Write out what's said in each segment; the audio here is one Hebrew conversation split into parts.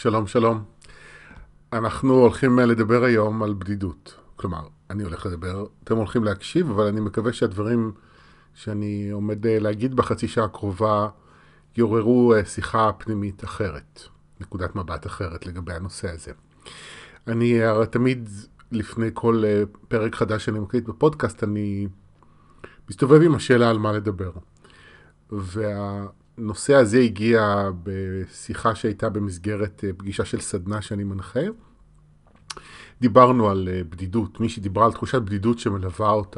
שלום, שלום. אנחנו הולכים לדבר היום על בדידות. כלומר, אני הולך לדבר, אתם הולכים להקשיב, אבל אני מקווה שהדברים שאני עומד להגיד בחצי שעה הקרובה יעוררו שיחה פנימית אחרת, נקודת מבט אחרת לגבי הנושא הזה. אני הרי תמיד לפני כל פרק חדש שאני מקליט בפודקאסט, אני מסתובב עם השאלה על מה לדבר. והנושא הזה הגיע בשיחה שהייתה במסגרת פגישה של סדנה שאני מנחה. דיברנו על בדידות, מישהי דיברה על תחושת בדידות שמלווה אותה.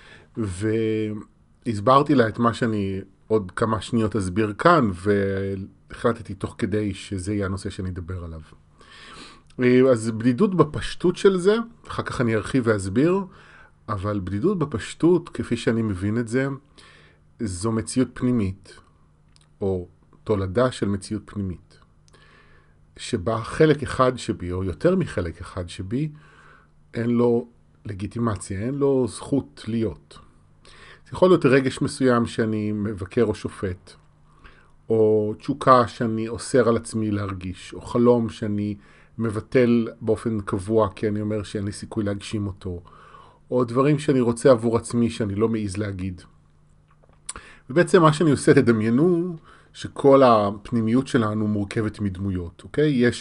והסברתי לה את מה שאני עוד כמה שניות אסביר כאן, והחלטתי תוך כדי שזה יהיה הנושא שאני אדבר עליו. אז בדידות בפשטות של זה, אחר כך אני ארחיב ואסביר, אבל בדידות בפשטות, כפי שאני מבין את זה, זו מציאות פנימית, או תולדה של מציאות פנימית, שבה חלק אחד שבי, או יותר מחלק אחד שבי, אין לו לגיטימציה, אין לו זכות להיות. זה יכול להיות רגש מסוים שאני מבקר או שופט, או תשוקה שאני אוסר על עצמי להרגיש, או חלום שאני מבטל באופן קבוע כי אני אומר שאין לי סיכוי להגשים אותו, או דברים שאני רוצה עבור עצמי שאני לא מעז להגיד. ובעצם מה שאני עושה, תדמיינו שכל הפנימיות שלנו מורכבת מדמויות, אוקיי? יש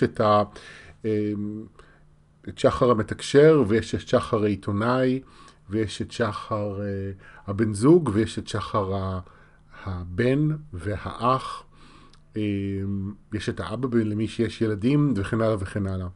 את שחר המתקשר, ויש את שחר העיתונאי, ויש את שחר הבן זוג, ויש את שחר הבן והאח, יש את האבא למי שיש ילדים, וכן הלאה וכן הלאה.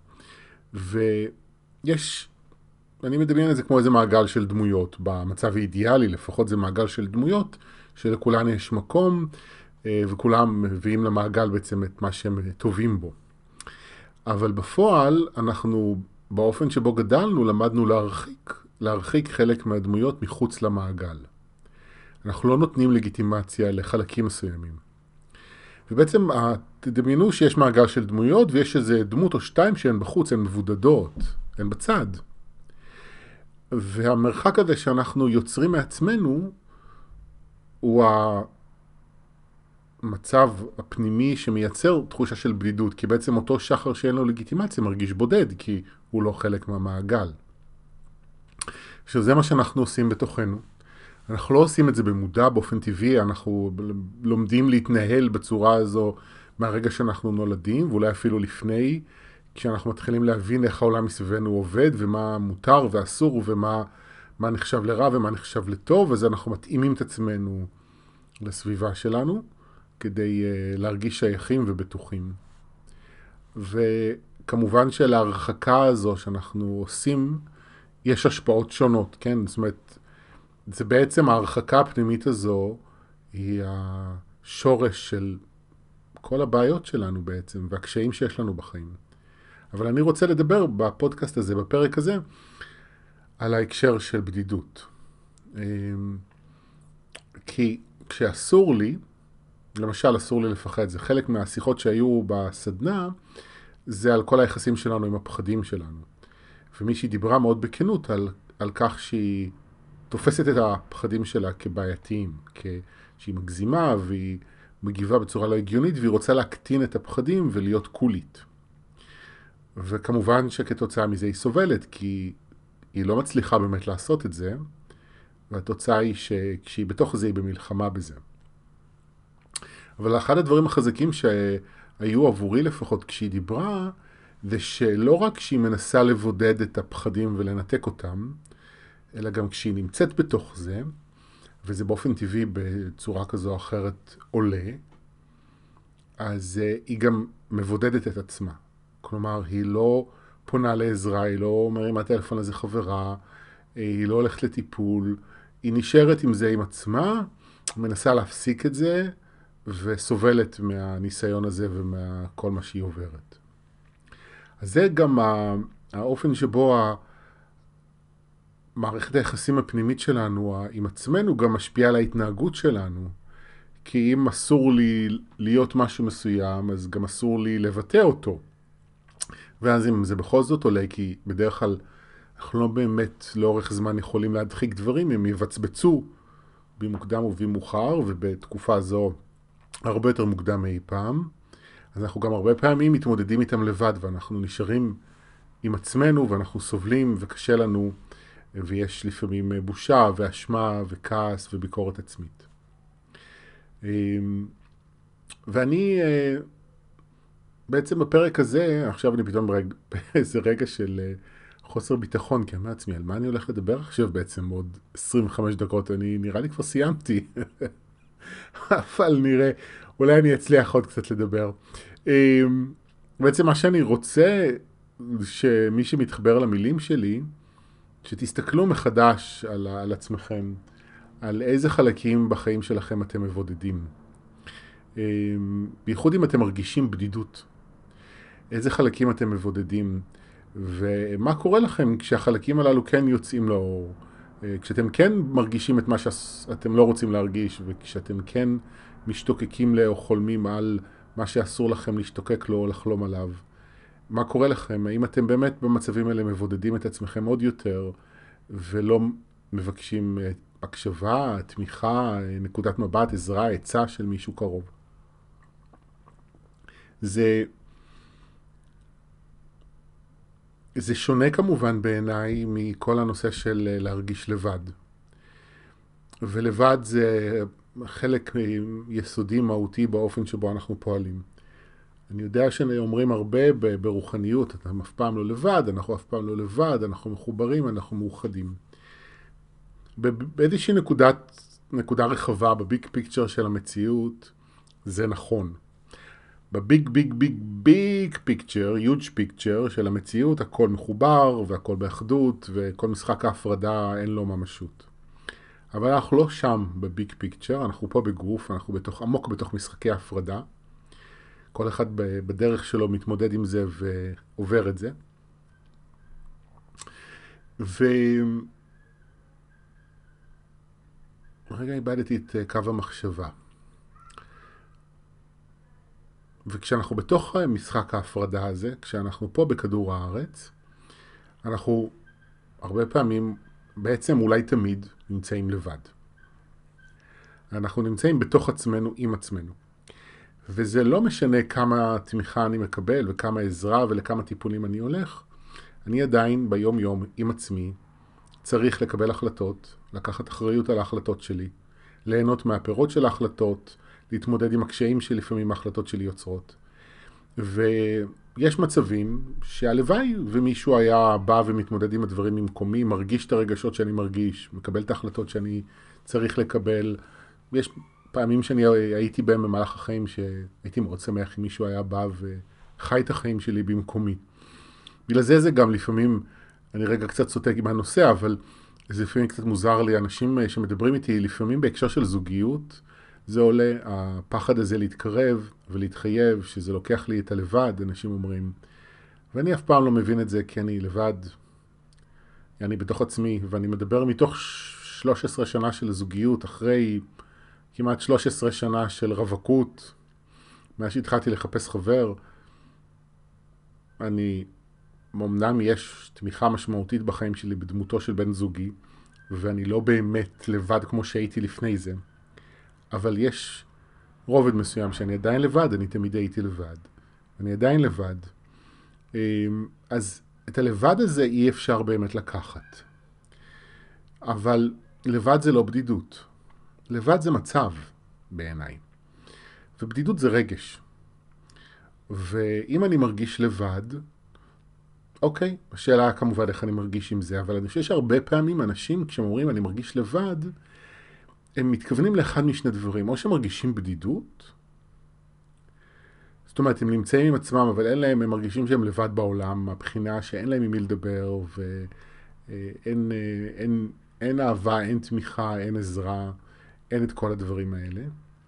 ויש, אני מדמיין את זה כמו איזה מעגל של דמויות, במצב האידיאלי לפחות זה מעגל של דמויות, שלכולן יש מקום, וכולם מביאים למעגל בעצם את מה שהם טובים בו. אבל בפועל אנחנו, באופן שבו גדלנו, למדנו להרחיק חלק מהדמויות מחוץ למעגל. אנחנו לא נותנים לגיטימציה לחלקים מסוימים. ובעצם תדמיינו שיש מעגל של דמויות, ויש איזה דמות או שתיים שהן בחוץ, הן מבודדות, הן בצד. והמרחק הזה שאנחנו יוצרים מעצמנו, הוא המצב הפנימי שמייצר תחושה של בדידות, כי בעצם אותו שחר שאין לו לגיטימציה מרגיש בודד, כי הוא לא חלק מהמעגל. שזה מה שאנחנו עושים בתוכנו. אנחנו לא עושים את זה במודע, באופן טבעי, אנחנו לומדים להתנהל בצורה הזו מהרגע שאנחנו נולדים, ואולי אפילו לפני, כשאנחנו מתחילים להבין איך העולם מסביבנו עובד, ומה מותר ואסור, ומה נחשב לרע ומה נחשב לטוב, אז אנחנו מתאימים את עצמנו לסביבה שלנו, כדי להרגיש שייכים ובטוחים. וכמובן שלהרחקה הזו שאנחנו עושים, יש השפעות שונות, כן? זאת אומרת, זה בעצם ההרחקה הפנימית הזו, היא השורש של כל הבעיות שלנו בעצם, והקשיים שיש לנו בחיים. אבל אני רוצה לדבר בפודקאסט הזה, בפרק הזה, על ההקשר של בדידות. כי כשאסור לי, למשל אסור לי לפחד, זה חלק מהשיחות שהיו בסדנה, זה על כל היחסים שלנו עם הפחדים שלנו. ומישהי דיברה מאוד בכנות על כך שהיא תופסת את הפחדים שלה כבעייתיים, שהיא מגזימה והיא מגיבה בצורה לא הגיונית, והיא רוצה להקטין את הפחדים ולהיות קולית. וכמובן שכתוצאה מזה היא סובלת, כי היא לא מצליחה באמת לעשות את זה, והתוצאה היא שכשהיא בתוך זה היא במלחמה בזה. אבל אחד הדברים החזקים שהיו עבורי לפחות כשהיא דיברה, זה שלא רק שהיא מנסה לבודד את הפחדים ולנתק אותם, אלא גם כשהיא נמצאת בתוך זה, וזה באופן טבעי בצורה כזו או אחרת עולה, אז היא גם מבודדת את עצמה. כלומר, היא לא פונה לעזרה, היא לא מרימה טלפון לזה חברה, היא לא הולכת לטיפול, היא נשארת עם זה עם עצמה, מנסה להפסיק את זה, וסובלת מהניסיון הזה ומכל מה שהיא עוברת. אז זה גם האופן שבו מערכת היחסים הפנימית שלנו עם עצמנו גם משפיעה על ההתנהגות שלנו. כי אם אסור לי להיות משהו מסוים, אז גם אסור לי לבטא אותו. ואז אם זה בכל זאת עולה, כי בדרך כלל אנחנו לא באמת לאורך זמן יכולים להדחיק דברים, הם יבצבצו במוקדם ובמאוחר, ובתקופה זו הרבה יותר מוקדם מאי פעם. אז אנחנו גם הרבה פעמים מתמודדים איתם לבד, ואנחנו נשארים עם עצמנו, ואנחנו סובלים, וקשה לנו, ויש לפעמים בושה, ואשמה, וכעס, וביקורת עצמית. ואני, בעצם בפרק הזה, עכשיו אני פתאום באיזה רגע של חוסר ביטחון, כי אני אומר לעצמי, על מה אני הולך לדבר עכשיו בעצם? עוד 25 דקות, אני נראה לי כבר סיימתי. אבל נראה, אולי אני אצליח עוד קצת לדבר. בעצם מה שאני רוצה, שמי שמתחבר למילים שלי, שתסתכלו מחדש על עצמכם, על איזה חלקים בחיים שלכם אתם מבודדים. בייחוד אם אתם מרגישים בדידות. איזה חלקים אתם מבודדים, ומה קורה לכם כשהחלקים הללו כן יוצאים לאור, כשאתם כן מרגישים את מה שאתם לא רוצים להרגיש, וכשאתם כן משתוקקים או חולמים על מה שאסור לכם להשתוקק לו או לחלום עליו. מה קורה לכם? האם אתם באמת במצבים האלה מבודדים את עצמכם עוד יותר, ולא מבקשים הקשבה, תמיכה, נקודת מבט, עזרה, עצה של מישהו קרוב? זה שונה כמובן בעיניי מכל הנושא של להרגיש לבד. ולבד זה חלק יסודי מהותי באופן שבו אנחנו פועלים. אני יודע שאומרים הרבה ברוחניות, אתם אף פעם לא לבד, אנחנו אף פעם לא לבד, אנחנו מחוברים, אנחנו מאוחדים. באיזושהי נקודה רחבה, בביג פיקצ'ר של המציאות, זה נכון. בביג ביג ביג ביג פיקצ'ר, יוג' פיקצ'ר של המציאות, הכל מחובר והכל באחדות, וכל משחק ההפרדה אין לו ממשות. אבל אנחנו לא שם בביג פיקצ'ר, אנחנו פה בגוף, אנחנו עמוק בתוך משחקי ההפרדה. כל אחד בדרך שלו מתמודד עם זה ועובר את זה. רגע איבדתי את קו המחשבה. וכשאנחנו בתוך משחק ההפרדה הזה, כשאנחנו פה בכדור הארץ, אנחנו הרבה פעמים, בעצם אולי תמיד, נמצאים לבד. אנחנו נמצאים בתוך עצמנו עם עצמנו. וזה לא משנה כמה תמיכה אני מקבל וכמה עזרה ולכמה טיפולים אני הולך. אני עדיין ביום יום עם עצמי צריך לקבל החלטות, לקחת אחריות על ההחלטות שלי, ליהנות מהפירות של ההחלטות, להתמודד עם הקשיים שלפעמים ההחלטות שלי יוצרות. ויש מצבים שהלוואי ומישהו היה בא ומתמודד עם הדברים ממקומי, מרגיש את הרגשות שאני מרגיש, מקבל את ההחלטות שאני צריך לקבל. יש פעמים שאני הייתי בהם במהלך החיים שהייתי מאוד שמח אם מישהו היה בא וחי את החיים שלי במקומי. בגלל זה גם לפעמים, אני רגע קצת סוטה מהנושא, אבל זה לפעמים קצת מוזר לי, אנשים שמדברים איתי לפעמים בהקשר של זוגיות, זה עולה, הפחד הזה להתקרב ולהתחייב, שזה לוקח לי את הלבד, אנשים אומרים. ואני אף פעם לא מבין את זה, כי אני לבד, אני בתוך עצמי, ואני מדבר מתוך 13 שנה של זוגיות, אחרי כמעט 13 שנה של רווקות, מאז שהתחלתי לחפש חבר. אמנם יש תמיכה משמעותית בחיים שלי בדמותו של בן זוגי, ואני לא באמת לבד כמו שהייתי לפני זה. אבל יש רובד מסוים שאני עדיין לבד, אני תמיד הייתי לבד. אני עדיין לבד. אז את הלבד הזה אי אפשר באמת לקחת. אבל לבד זה לא בדידות. לבד זה מצב בעיניי. ובדידות זה רגש. ואם אני מרגיש לבד, אוקיי, השאלה כמובן איך אני מרגיש עם זה, אבל אני חושב שהרבה פעמים אנשים כשהם אומרים אני מרגיש לבד, הם מתכוונים לאחד משני דברים, או שהם מרגישים בדידות, זאת אומרת, הם נמצאים עם עצמם, אבל הם מרגישים שהם לבד בעולם, מהבחינה שאין להם עם מי לדבר, ואין אהבה, אין תמיכה, אין עזרה, אין את כל הדברים האלה.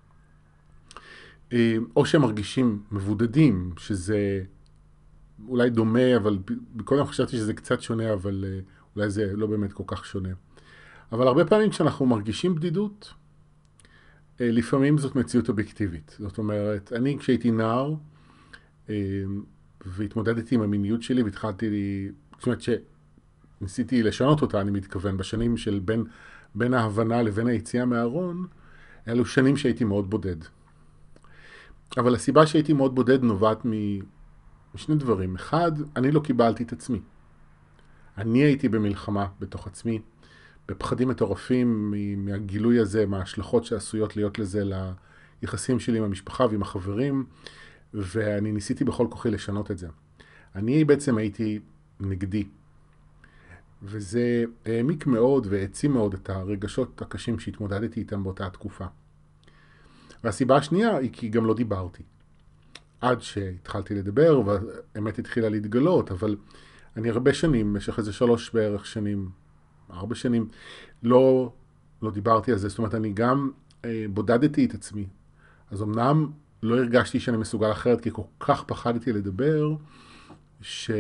או שהם מרגישים מבודדים, שזה אולי דומה, אבל קודם חשבתי שזה קצת שונה, אבל אולי זה לא באמת כל כך שונה. אבל הרבה פעמים כשאנחנו מרגישים בדידות, לפעמים זאת מציאות אובייקטיבית. זאת אומרת, אני כשהייתי נער, והתמודדתי עם המיניות שלי, זאת אומרת שניסיתי לשנות אותה, אני מתכוון, בשנים של בין ההבנה לבין היציאה מהארון, אלו שנים שהייתי מאוד בודד. אבל הסיבה שהייתי מאוד בודד נובעת משני דברים. אחד, אני לא קיבלתי את עצמי. אני הייתי במלחמה בתוך עצמי, בפחדים מטורפים מהגילוי הזה, מההשלכות שעשויות להיות לזה ליחסים שלי עם המשפחה ועם החברים, ואני ניסיתי בכל כוחי לשנות את זה. אני בעצם הייתי נגדי, וזה העמיק מאוד והעצים מאוד את הרגשות הקשים שהתמודדתי איתם באותה התקופה. והסיבה השנייה היא כי גם לא דיברתי. עד שהתחלתי לדבר, והאמת התחילה להתגלות, אבל אני הרבה שנים, במשך איזה 3 בערך שנים, 4 שנים, לא דיברתי על זה. זאת אומרת, אני גם בודדתי את עצמי. אז אמנם לא הרגשתי שאני מסוגל אחרת, כי כל כך פחדתי לדבר, שזאת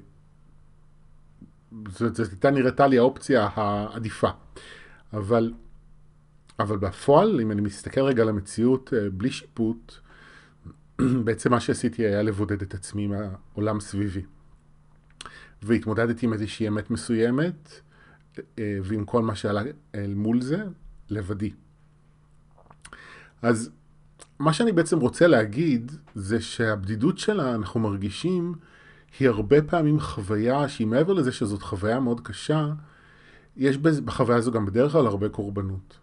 הייתה נראתה לי האופציה העדיפה. אבל בפועל, אם אני מסתכל רגע על המציאות בלי שיפוט, בעצם מה שעשיתי היה לבודד את עצמי מהעולם סביבי. והתמודדתי עם איזושהי אמת מסוימת, ועם כל מה שעלה אל מול זה, לבדי. אז מה שאני בעצם רוצה להגיד, זה שהבדידות שלה, אנחנו מרגישים, היא הרבה פעמים חוויה, שהיא מעבר לזה שזאת חוויה מאוד קשה, יש בחוויה הזו גם בדרך כלל הרבה קורבנות.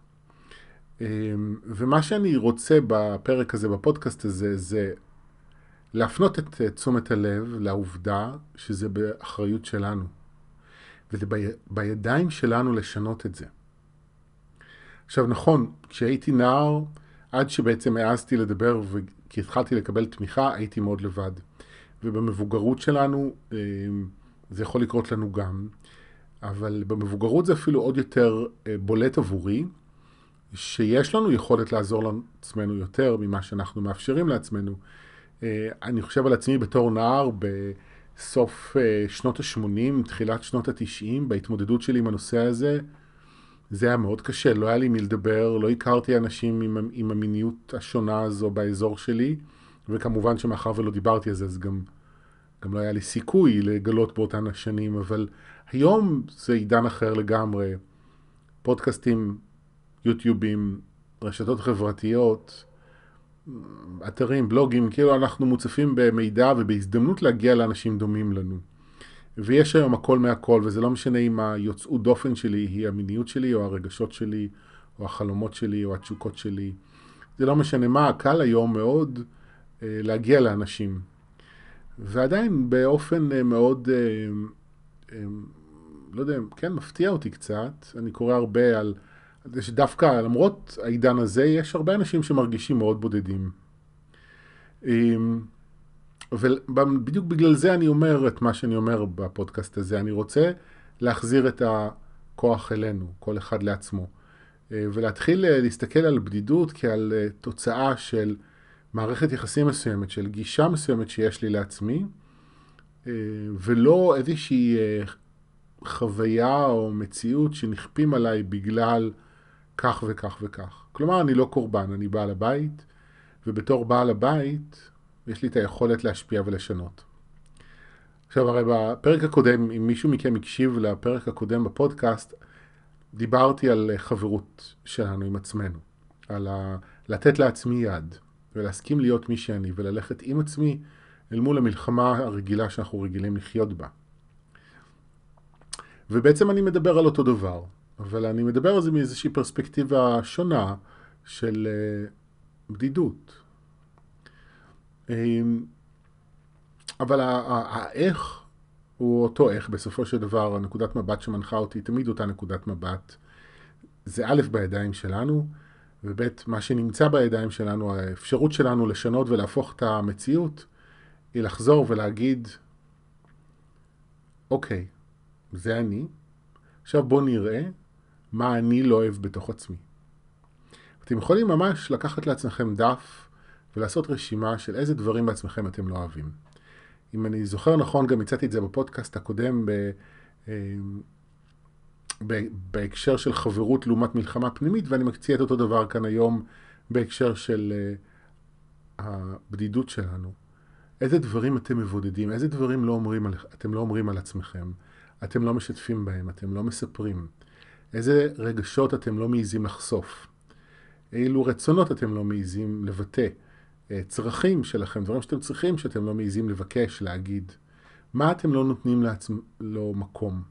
ומה שאני רוצה בפרק הזה, בפודקאסט הזה, זה להפנות את תשומת הלב לעובדה שזה באחריות שלנו. וזה בידיים שלנו לשנות את זה. עכשיו נכון, כשהייתי נער, עד שבעצם העזתי לדבר כי התחלתי לקבל תמיכה, הייתי מאוד לבד. ובמבוגרות שלנו, זה יכול לקרות לנו גם, אבל במבוגרות זה אפילו עוד יותר בולט עבורי, שיש לנו יכולת לעזור לעצמנו יותר ממה שאנחנו מאפשרים לעצמנו. אני חושב על עצמי בתור נער בסוף שנות ה-80, תחילת שנות ה-90, בהתמודדות שלי עם הנושא הזה, זה היה מאוד קשה, לא היה לי מי לדבר, לא הכרתי אנשים עם המיניות השונה הזו באזור שלי, וכמובן שמאחר ולא דיברתי על זה, אז גם לא היה לי סיכוי לגלות באותן השנים, אבל היום זה עידן אחר לגמרי. פודקאסטים, יוטיובים, רשתות חברתיות, אתרים, בלוגים, כאילו אנחנו מוצפים במידע ובהזדמנות להגיע לאנשים דומים לנו. ויש היום הכל מהכל, וזה לא משנה אם היוצאות דופן שלי היא המיניות שלי, או הרגשות שלי, או החלומות שלי, או התשוקות שלי. זה לא משנה מה, קל היום מאוד להגיע לאנשים. ועדיין באופן מאוד, לא יודע, כן, מפתיע אותי קצת. אני קורא הרבה על זה שדווקא, למרות העידן הזה, יש הרבה אנשים שמרגישים מאוד בודדים. ובדיוק בגלל זה אני אומר את מה שאני אומר בפודקאסט הזה. אני רוצה להחזיר את הכוח אלינו, כל אחד לעצמו. ולהתחיל להסתכל על בדידות כעל תוצאה של מערכת יחסים מסוימת, של גישה מסוימת שיש לי לעצמי, ולא איזושהי חוויה או מציאות שנכפים עליי בגלל כך וכך וכך. כלומר, אני לא קורבן, אני בעל הבית, ובתור בעל הבית יש לי את היכולת להשפיע ולשנות. עכשיו, הרי בפרק הקודם, אם מישהו מכם הקשיב לפרק הקודם בפודקאסט, דיברתי על חברות שלנו עם עצמנו, על לתת לעצמי יד, ולהסכים להיות מי שאני, וללכת עם עצמי אל מול המלחמה הרגילה שאנחנו רגילים לחיות בה. ובעצם אני מדבר על אותו דבר, אבל אני מדבר על זה מאיזושהי פרספקטיבה שונה של בדידות. אבל האיך הוא אותו איך, בסופו של דבר, הנקודת מבט שמנחה אותי, תמיד אותה נקודת מבט. זה א' בידיים שלנו, וב' מה שנמצא בידיים שלנו, האפשרות שלנו לשנות ולהפוך את המציאות, היא לחזור ולהגיד, אוקיי, זה אני, עכשיו בוא נראה מה אני לא אוהב בתוך עצמי. אתם יכולים ממש לקחת לעצמכם דף ולעשות רשימה של איזה דברים בעצמכם אתם לא אוהבים. אם אני זוכר נכון, גם הצעתי את זה בפודקאסט הקודם בהקשר של חברות לעומת מלחמה פנימית, ואני מציע את אותו דבר כאן היום בהקשר של הבדידות שלנו. איזה דברים אתם מבודדים, איזה דברים אתם לא אומרים על עצמכם, אתם לא משתפים בהם, אתם לא מספרים, איזה רגשות אתם לא מעיזים לחשוף, אילו רצונות אתם לא מעיזים לבטא, צרכים שלכם, דברים שאתם צריכים שאתם לא מעיזים לבקש, להגיד. מה אתם לא נותנים לו מקום?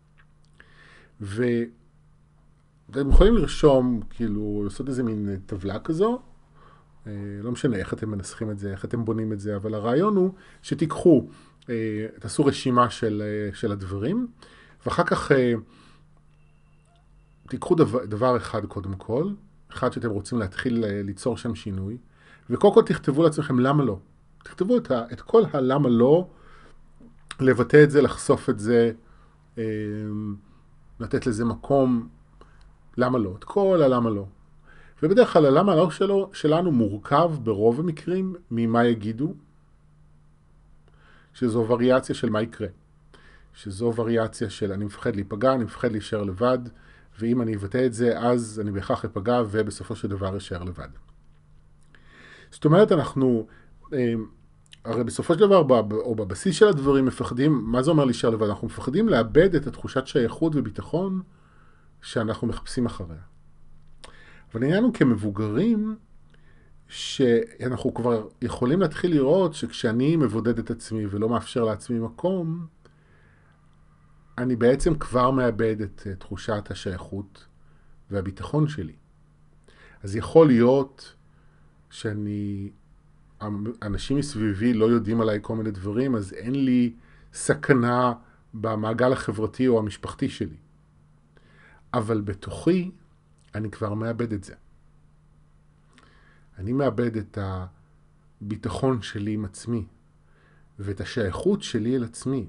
ואתם יכולים לרשום, כאילו, לעשות איזה מין טבלה כזו, לא משנה איך אתם מנסחים את זה, איך אתם בונים את זה, אבל הרעיון הוא שתיקחו, תעשו רשימה של הדברים, ואחר כך תיקחו דבר אחד קודם כל, אחד שאתם רוצים להתחיל ליצור שם שינוי, וקודם כל תכתבו לעצמכם למה לא. תכתבו את כל הלמה לא, לבטא את זה, לחשוף את זה, לתת לזה מקום, למה לא, את כל הלמה לא. ובדרך כלל הלמה לא שלנו מורכב ברוב המקרים ממה יגידו, שזו וריאציה של מה יקרה. שזו וריאציה של אני מפחד להיפגע, אני מפחד להישאר לבד, ואם אני אבטא את זה, אז אני בהכרח אפגע, ובסופו של דבר אשאר לבד. זאת אומרת, אנחנו, הרי בסופו של דבר, או בבסיס של הדברים, מפחדים, מה זה אומר להישאר לבד? אנחנו מפחדים לאבד את התחושת שייכות וביטחון שאנחנו מחפשים אחריה. אבל העניין הוא כמבוגרים, שאנחנו כבר יכולים להתחיל לראות שכשאני מבודד את עצמי ולא מאפשר לעצמי מקום, אני בעצם כבר מאבד את תחושת השייכות והביטחון שלי. אז יכול להיות אנשים מסביבי לא יודעים עליי כל מיני דברים, אז אין לי סכנה במעגל החברתי או המשפחתי שלי. אבל בתוכי אני כבר מאבד את זה. אני מאבד את הביטחון שלי עם עצמי, ואת השייכות שלי אל עצמי.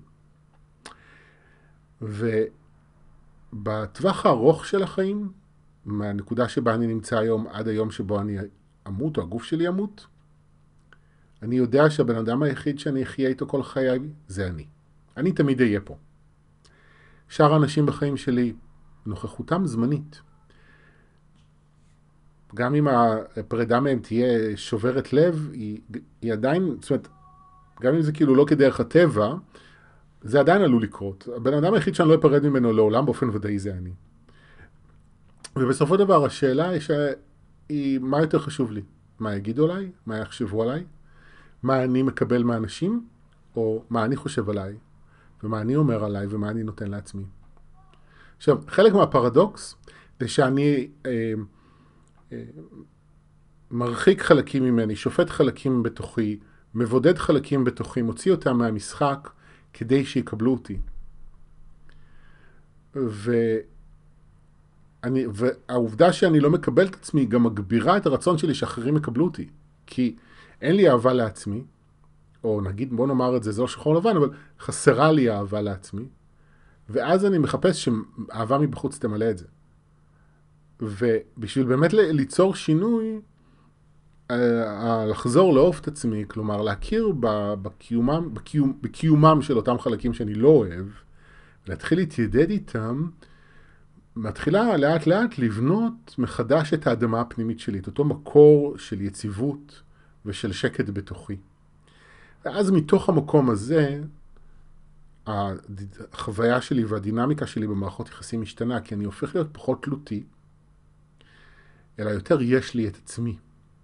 ובטווח הארוך של החיים, מהנקודה שבה אני נמצא היום עד היום שבו אני אמות או הגוף שלי ימות, אני יודע שהבן אדם היחיד שאני אחיה איתו כל חיי זה אני. אני תמיד אהיה פה. שאר האנשים בחיים שלי, נוכחותם זמנית. גם אם הפרידה מהם תהיה שוברת לב, היא עדיין, זאת אומרת, גם אם זה כאילו לא כדרך הטבע, זה עדיין עלול לקרות. הבן אדם היחיד שאני לא אפרד ממנו לעולם באופן ודאי זה אני. ובסופו של דבר השאלה היא מה יותר חשוב לי? מה יגידו עליי? מה יחשבו עליי? מה אני מקבל מהאנשים? או מה אני חושב עליי? ומה אני אומר עליי? ומה אני נותן לעצמי? עכשיו, חלק מהפרדוקס זה שאני מרחיק חלקים ממני, שופט חלקים בתוכי, מבודד חלקים בתוכי, מוציא אותם מהמשחק כדי שיקבלו אותי. והעובדה שאני לא מקבל את עצמי גם מגבירה את הרצון שלי שאחרים יקבלו אותי. כי אין לי אהבה לעצמי, או נגיד, בוא נאמר את זה, זה לא שחור לבן, אבל חסרה לי אהבה לעצמי, ואז אני מחפש שאהבה מבחוץ תמלא את זה. ובשביל באמת ליצור שינוי, לחזור לאהוב את עצמי, כלומר להכיר בקיומם של אותם חלקים שאני לא אוהב, להתחיל להתיידד איתם, מתחילה לאט לאט לבנות מחדש את האדמה הפנימית שלי, את אותו מקור של יציבות ושל שקט בתוכי. ואז מתוך המקום הזה, החוויה שלי והדינמיקה שלי במערכות יחסים משתנה, כי אני הופך להיות פחות תלותי, אלא יותר יש לי את עצמי.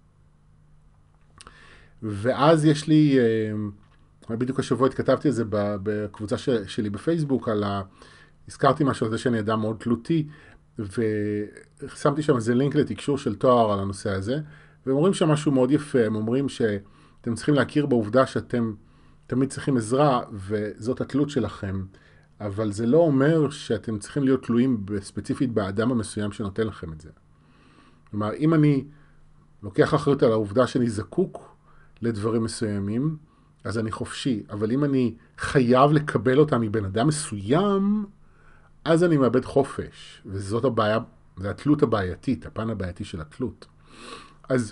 ואז יש לי, בדיוק השבוע התכתבתי את זה בקבוצה שלי בפייסבוק, הזכרתי משהו על זה שאני אדם מאוד תלותי, ושמתי שם איזה לינק לתקשור של תואר על הנושא הזה, והם אומרים שם משהו מאוד יפה, הם אומרים שאתם צריכים להכיר בעובדה שאתם תמיד צריכים עזרה, וזאת התלות שלכם, אבל זה לא אומר שאתם צריכים להיות תלויים ספציפית באדם המסוים שנותן לכם את זה. כלומר, אם אני לוקח אחריות על העובדה שאני זקוק לדברים מסוימים, אז אני חופשי, אבל אם אני חייב לקבל אותם מבן אדם מסוים, אז אני מאבד חופש, וזאת הבעיה, זה התלות הבעייתית, הפן הבעייתי של התלות. אז,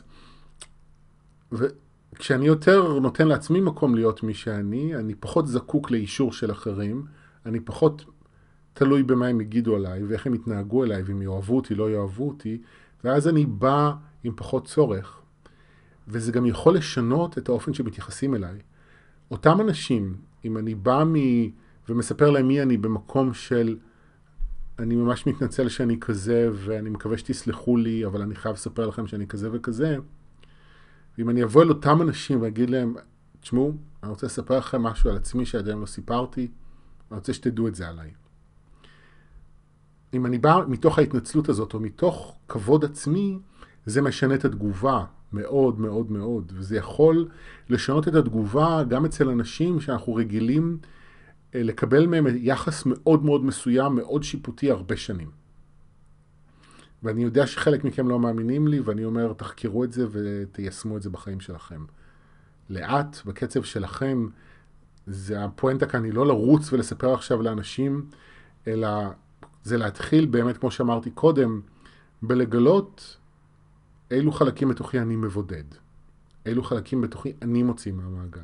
כשאני יותר נותן לעצמי מקום להיות מי שאני, אני פחות זקוק לאישור של אחרים, אני פחות תלוי במה הם יגידו עליי, ואיך הם יתנהגו אליי, ואם יאהבו אותי, לא יאהבו אותי, ואז אני בא עם פחות צורך, וזה גם יכול לשנות את האופן שמתייחסים אליי. אותם אנשים, אם אני בא ומספר להם מי אני במקום של אני ממש מתנצל שאני כזה, ואני מקווה שתסלחו לי, אבל אני חייב לספר לכם שאני כזה וכזה, ואם אני אבוא אל אותם אנשים ואגיד להם, תשמעו, אני רוצה לספר לכם משהו על עצמי שעדיין לא סיפרתי, אני רוצה שתדעו את זה עליי. אם אני בא מתוך ההתנצלות הזאת, או מתוך כבוד עצמי, זה משנה את התגובה מאוד מאוד מאוד, וזה יכול לשנות את התגובה גם אצל אנשים שאנחנו רגילים לקבל מהם יחס מאוד מאוד מסוים, מאוד שיפוטי הרבה שנים. ואני יודע שחלק מכם לא מאמינים לי, ואני אומר, תחקרו את זה ותיישמו את זה בחיים שלכם. לאט, בקצב שלכם, זה הפואנטה כאן, היא לא לרוץ ולספר עכשיו לאנשים, אלא זה להתחיל באמת, כמו שאמרתי קודם, בלגלות אילו חלקים בתוכי אני מבודד. אילו חלקים בתוכי אני מוציא מהמעגל.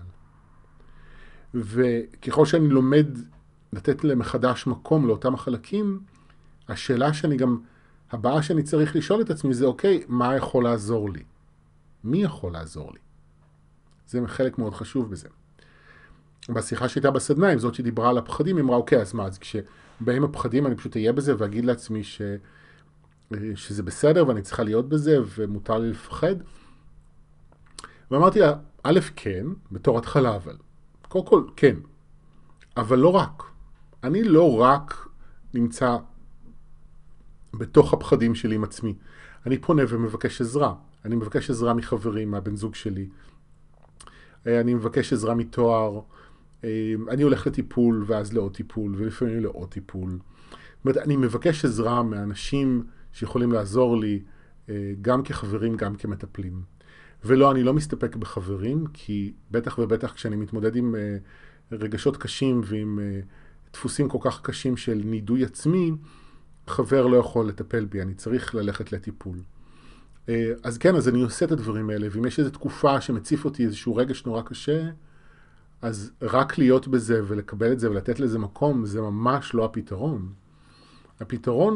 וככל שאני לומד לתת למחדש מקום לאותם החלקים, השאלה שאני גם, הבאה שאני צריך לשאול את עצמי זה, אוקיי, מה יכול לעזור לי? מי יכול לעזור לי? זה חלק מאוד חשוב בזה. בשיחה שהייתה בסדנה, עם זאת שדיברה על הפחדים, היא אמרה, אוקיי, אז מה? אז כשבאים הפחדים אני פשוט אהיה בזה ואגיד לעצמי שזה בסדר ואני צריכה להיות בזה ומותר לי לפחד. ואמרתי לה, א', כן, בתור התחלה, אבל. קודם כל, כן. אבל לא רק. אני לא רק נמצא בתוך הפחדים שלי עם עצמי. אני פונה ומבקש עזרה. אני מבקש עזרה מחברים, מהבן זוג שלי. אני מבקש עזרה מתואר. אני הולך לטיפול ואז לעוד טיפול, ולפעמים לעוד טיפול. זאת אומרת, אני מבקש עזרה מאנשים שיכולים לעזור לי, גם כחברים, גם כמטפלים. ולא, אני לא מסתפק בחברים, כי בטח ובטח כשאני מתמודד עם רגשות קשים ועם דפוסים כל כך קשים של נידוי עצמי, חבר לא יכול לטפל בי, אני צריך ללכת לטיפול. אז כן, אז אני עושה את הדברים האלה, ואם יש איזו תקופה שמציף אותי איזשהו רגש נורא קשה, אז רק להיות בזה ולקבל את זה ולתת לזה מקום, זה ממש לא הפתרון. הפתרון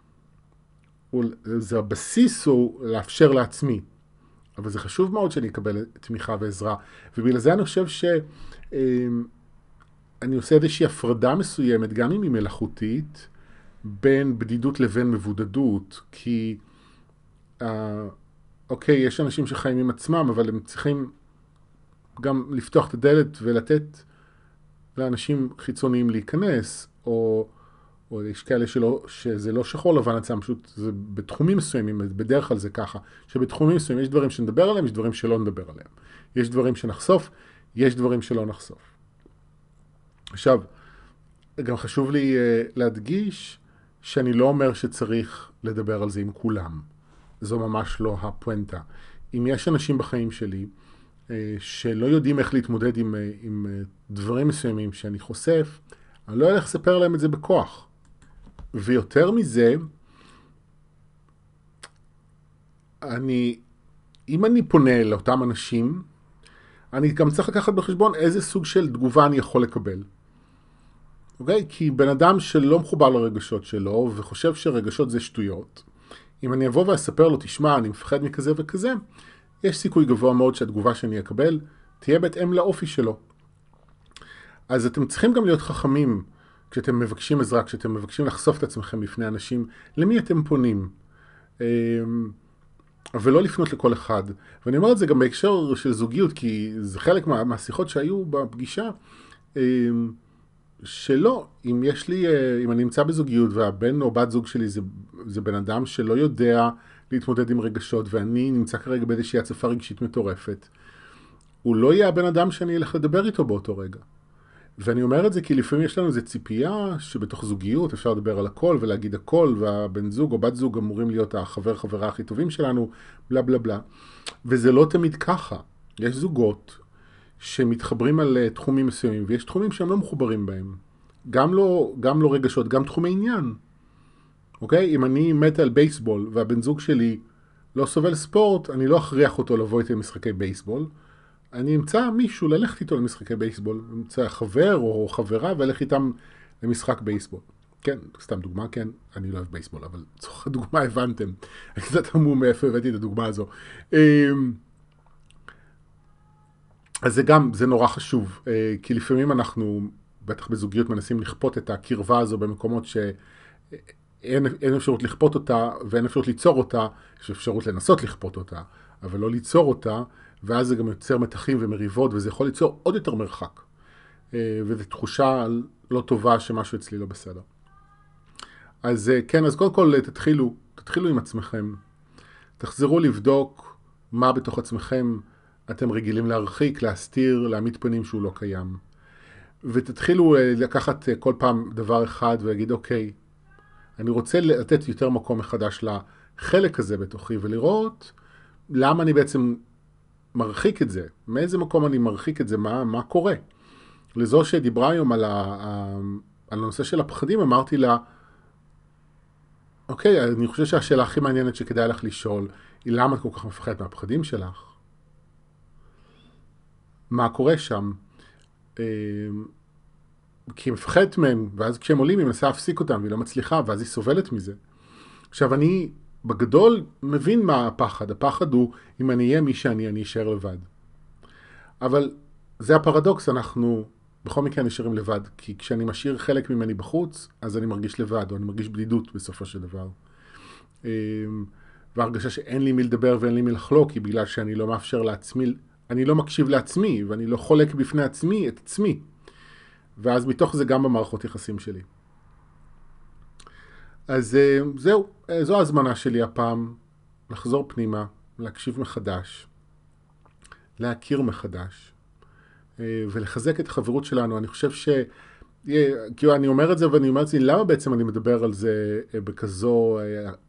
זה הבסיס הוא לאפשר לעצמי. אבל זה חשוב מאוד שאני אקבל תמיכה ועזרה. ובגלל זה אני חושב אני עושה איזושהי הפרדה מסוימת, גם אם היא מלאכותית, בין בדידות לבין מבודדות. כי, אוקיי, יש אנשים שחיים עם עצמם, אבל הם צריכים גם לפתוח את הדלת ולתת לאנשים חיצוניים להיכנס, או יש כאלה שזה לא שחור לבן עצמם, פשוט זה בתחומים מסוימים, בדרך כלל זה ככה, שבתחומים מסוימים יש דברים שנדבר עליהם, יש דברים שלא נדבר עליהם. יש דברים שנחשוף, יש דברים שלא נחשוף. עכשיו, גם חשוב לי להדגיש שאני לא אומר שצריך לדבר על זה עם כולם. זו ממש לא הפואנטה. אם יש אנשים בחיים שלי שלא יודעים איך להתמודד עם דברים מסוימים שאני חושף, אני לא הולך לספר להם את זה בכוח. ויותר מזה, אם אני פונה לאותם אנשים, אני גם צריך לקחת בחשבון איזה סוג של תגובה אני יכול לקבל. אוקיי? כי בן אדם שלא מחובר לרגשות שלו, וחושב שרגשות זה שטויות, אם אני אבוא ואספר לו, תשמע, אני מפחד מכזה וכזה, יש סיכוי גבוה מאוד שהתגובה שאני אקבל תהיה בהתאם לאופי שלו. אז אתם צריכים גם להיות חכמים כשאתם מבקשים עזרה, כשאתם מבקשים לחשוף את עצמכם לפני אנשים, למי אתם פונים? ולא לפנות לכל אחד. ואני אומר את זה גם בהקשר של זוגיות, כי זה חלק מהשיחות שהיו בפגישה, שלא, אם אני נמצא בזוגיות והבן או בת זוג שלי זה בן אדם שלא יודע להתמודד עם רגשות, ואני נמצא כרגע באיזושהי הצפה רגשית מטורפת, הוא לא יהיה הבן אדם שאני אלך לדבר איתו באותו רגע. ואני אומר את זה כי לפעמים יש לנו איזו ציפייה שבתוך זוגיות אפשר לדבר על הכל ולהגיד הכל, והבן זוג או בת זוג אמורים להיות חברה הכי טובים שלנו, בלה בלה בלה. וזה לא תמיד ככה. יש זוגות שמתחברים על תחומים מסוימים, ויש תחומים שהם לא מחוברים בהם. גם לא רגשות, גם תחומי עניין. אוקיי? אם אני מת על בייסבול והבן זוג שלי לא סובל ספורט, אני לא אכריח אותו לבוא איתי למשחקי בייסבול. אני אמצא מישהו ללכת איתו למשחקי בייסבול, אמצא חבר או חברה ולך איתם למשחק בייסבול. כן, סתם דוגמה, כן, אני לא אוהב בייסבול, אבל צורך הדוגמה הבנתם. אני קצת אמור מאיפה הבאתי את הדוגמה הזו. אז זה נורא חשוב, כי לפעמים אנחנו, בטח בזוגיות, מנסים לכפות את הקרבה הזו במקומות שאין אפשרות לכפות אותה, ואין אפשרות ליצור אותה, יש אפשרות לנסות לכפות אותה, אבל לא ליצור אותה, ואז זה גם יוצר מתחים ומריבות, וזה יכול ליצור עוד יותר מרחק. וזו תחושה לא טובה שמשהו אצלי לא בסדר. אז כן, אז קודם כל תתחילו עם עצמכם. תחזרו לבדוק מה בתוך עצמכם אתם רגילים להרחיק, להסתיר, להעמיד פנים שהוא לא קיים. ותתחילו לקחת כל פעם דבר אחד ולהגיד, אוקיי, אני רוצה לתת יותר מקום מחדש לחלק הזה בתוכי, ולראות למה אני בעצם מרחיק את זה, מאיזה מקום אני מרחיק את זה, מה קורה. לזו שדיברה היום על הנושא של הפחדים, אמרתי לה, אוקיי, אני חושב שהשאלה הכי מעניינת שכדאי לך לשאול, היא למה את כל כך מפחדת מהפחדים שלך? מה קורה שם? כי היא מפחדת מהם, ואז כשהם עולים היא מנסה להפסיק אותם, והיא לא מצליחה, ואז היא סובלת מזה. עכשיו אני בגדול מבין מה הפחד. הפחד הוא, אם אני אהיה מי אני אשאר לבד. אבל זה הפרדוקס, אנחנו בכל מקרה נשארים לבד, כי כשאני משאיר חלק ממני בחוץ, אז אני מרגיש לבד, או אני מרגיש בדידות בסופו של דבר. וההרגשה שאין לי מי לדבר ואין לי מי לחלוק, היא בגלל שאני לא מאפשר לעצמי, אני לא מקשיב לעצמי, ואני לא חולק בפני עצמי את עצמי. ואז מתוך זה גם במערכות יחסים שלי. אז זהו, זו ההזמנה שלי הפעם, לחזור פנימה, להקשיב מחדש, להכיר מחדש, ולחזק את החברות שלנו. אני חושב כאילו אני אומר את זה ואני אומר את זה, למה בעצם אני מדבר על זה בכזו,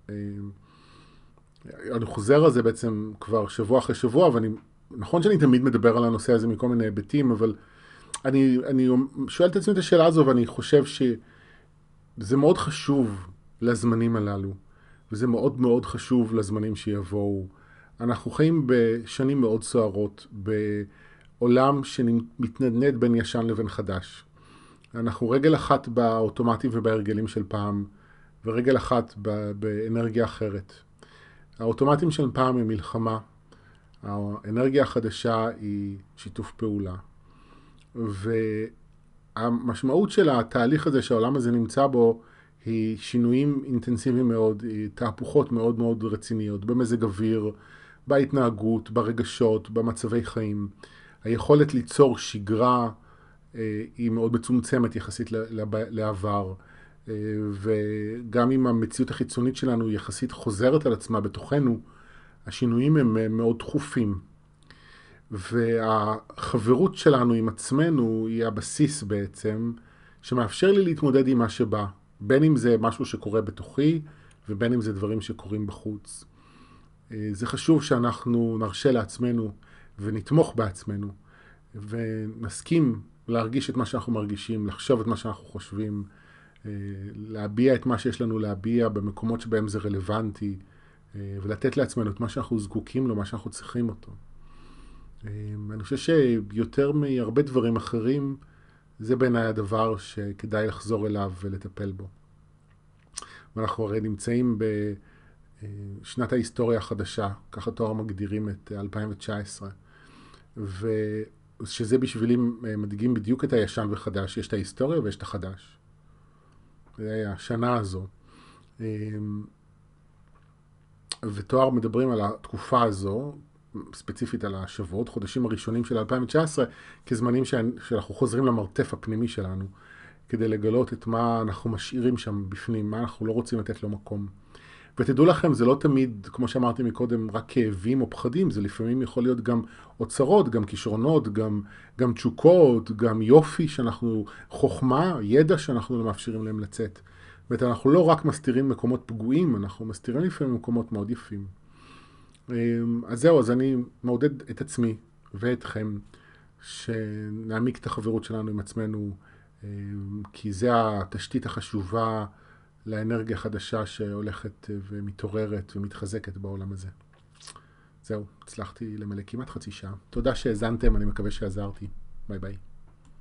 אני חוזר על זה בעצם כבר שבוע אחרי שבוע, נכון שאני תמיד מדבר על הנושא הזה מכל מיני היבטים, אבל אני שואל את עצמי את השאלה הזו, ואני חושב שזה מאוד חשוב לזמנים הללו, וזה מאוד מאוד חשוב לזמנים שיבואו. אנחנו חיים בשנים מאוד סוערות, בעולם שמתנדנד בין ישן לבין חדש. אנחנו רגל אחת באוטומטים ובהרגלים של פעם, ורגל אחת באנרגיה אחרת. האוטומטים של פעם הם מלחמה, האנרגיה החדשה היא שיתוף פעולה. והמשמעות של התהליך הזה שהעולם הזה נמצא בו, היא שינויים אינטנסיביים מאוד, היא תהפוכות מאוד מאוד רציניות, במזג אוויר, בהתנהגות, ברגשות, במצבי חיים. היכולת ליצור שגרה היא מאוד מצומצמת יחסית לעבר, וגם אם המציאות החיצונית שלנו יחסית חוזרת על עצמה בתוכנו, השינויים הם מאוד דחופים. והחברות שלנו עם עצמנו היא הבסיס בעצם, שמאפשר לי להתמודד עם מה שבא, בין אם זה משהו שקורה בתוכי, ובין אם זה דברים שקורים בחוץ. זה חשוב שאנחנו נרשה לעצמנו, ונתמוך בעצמנו, ונסכים להרגיש את מה שאנחנו מרגישים, לחשוב את מה שאנחנו חושבים, להביע את מה שיש לנו להביע במקומות שבהם זה רלוונטי, ולתת לעצמנו את מה שאנחנו זקוקים לו, מה שאנחנו צריכים אותו. אני חושב שיותר מהרבה דברים אחרים, זה בעיניי הדבר שכדאי לחזור אליו ולטפל בו. ואנחנו הרי נמצאים בשנת ההיסטוריה החדשה, ככה תואר מגדירים את 2019, ושזה בשבילי מדגים בדיוק את הישן וחדש, יש את ההיסטוריה ויש את החדש. זה השנה הזו. ותואר מדברים על התקופה הזו, ספציפית על השבועות, חודשים הראשונים של 2019, כזמנים שאנחנו חוזרים למרתף הפנימי שלנו, כדי לגלות את מה אנחנו משאירים שם בפנים, מה אנחנו לא רוצים לתת לו מקום. ותדעו לכם, זה לא תמיד, כמו שאמרתי מקודם, רק כאבים או פחדים, זה לפעמים יכול להיות גם אוצרות, גם כישרונות, גם תשוקות, גם יופי שאנחנו, חוכמה, ידע שאנחנו לא מאפשרים להם לצאת. אנחנו לא רק מסתירים מקומות פגועים, אנחנו מסתירים לפעמים מקומות מאוד יפים. אז זהו, אז אני מעודד את עצמי ואתכם שנעמיק את החברות שלנו עם עצמנו, כי זה התשתית החשובה לאנרגיה חדשה שהולכת ומתעוררת ומתחזקת בעולם הזה. זהו, הצלחתי למלא כמעט חצי שעה. תודה שהאזנתם, אני מקווה שעזרתי. ביי ביי.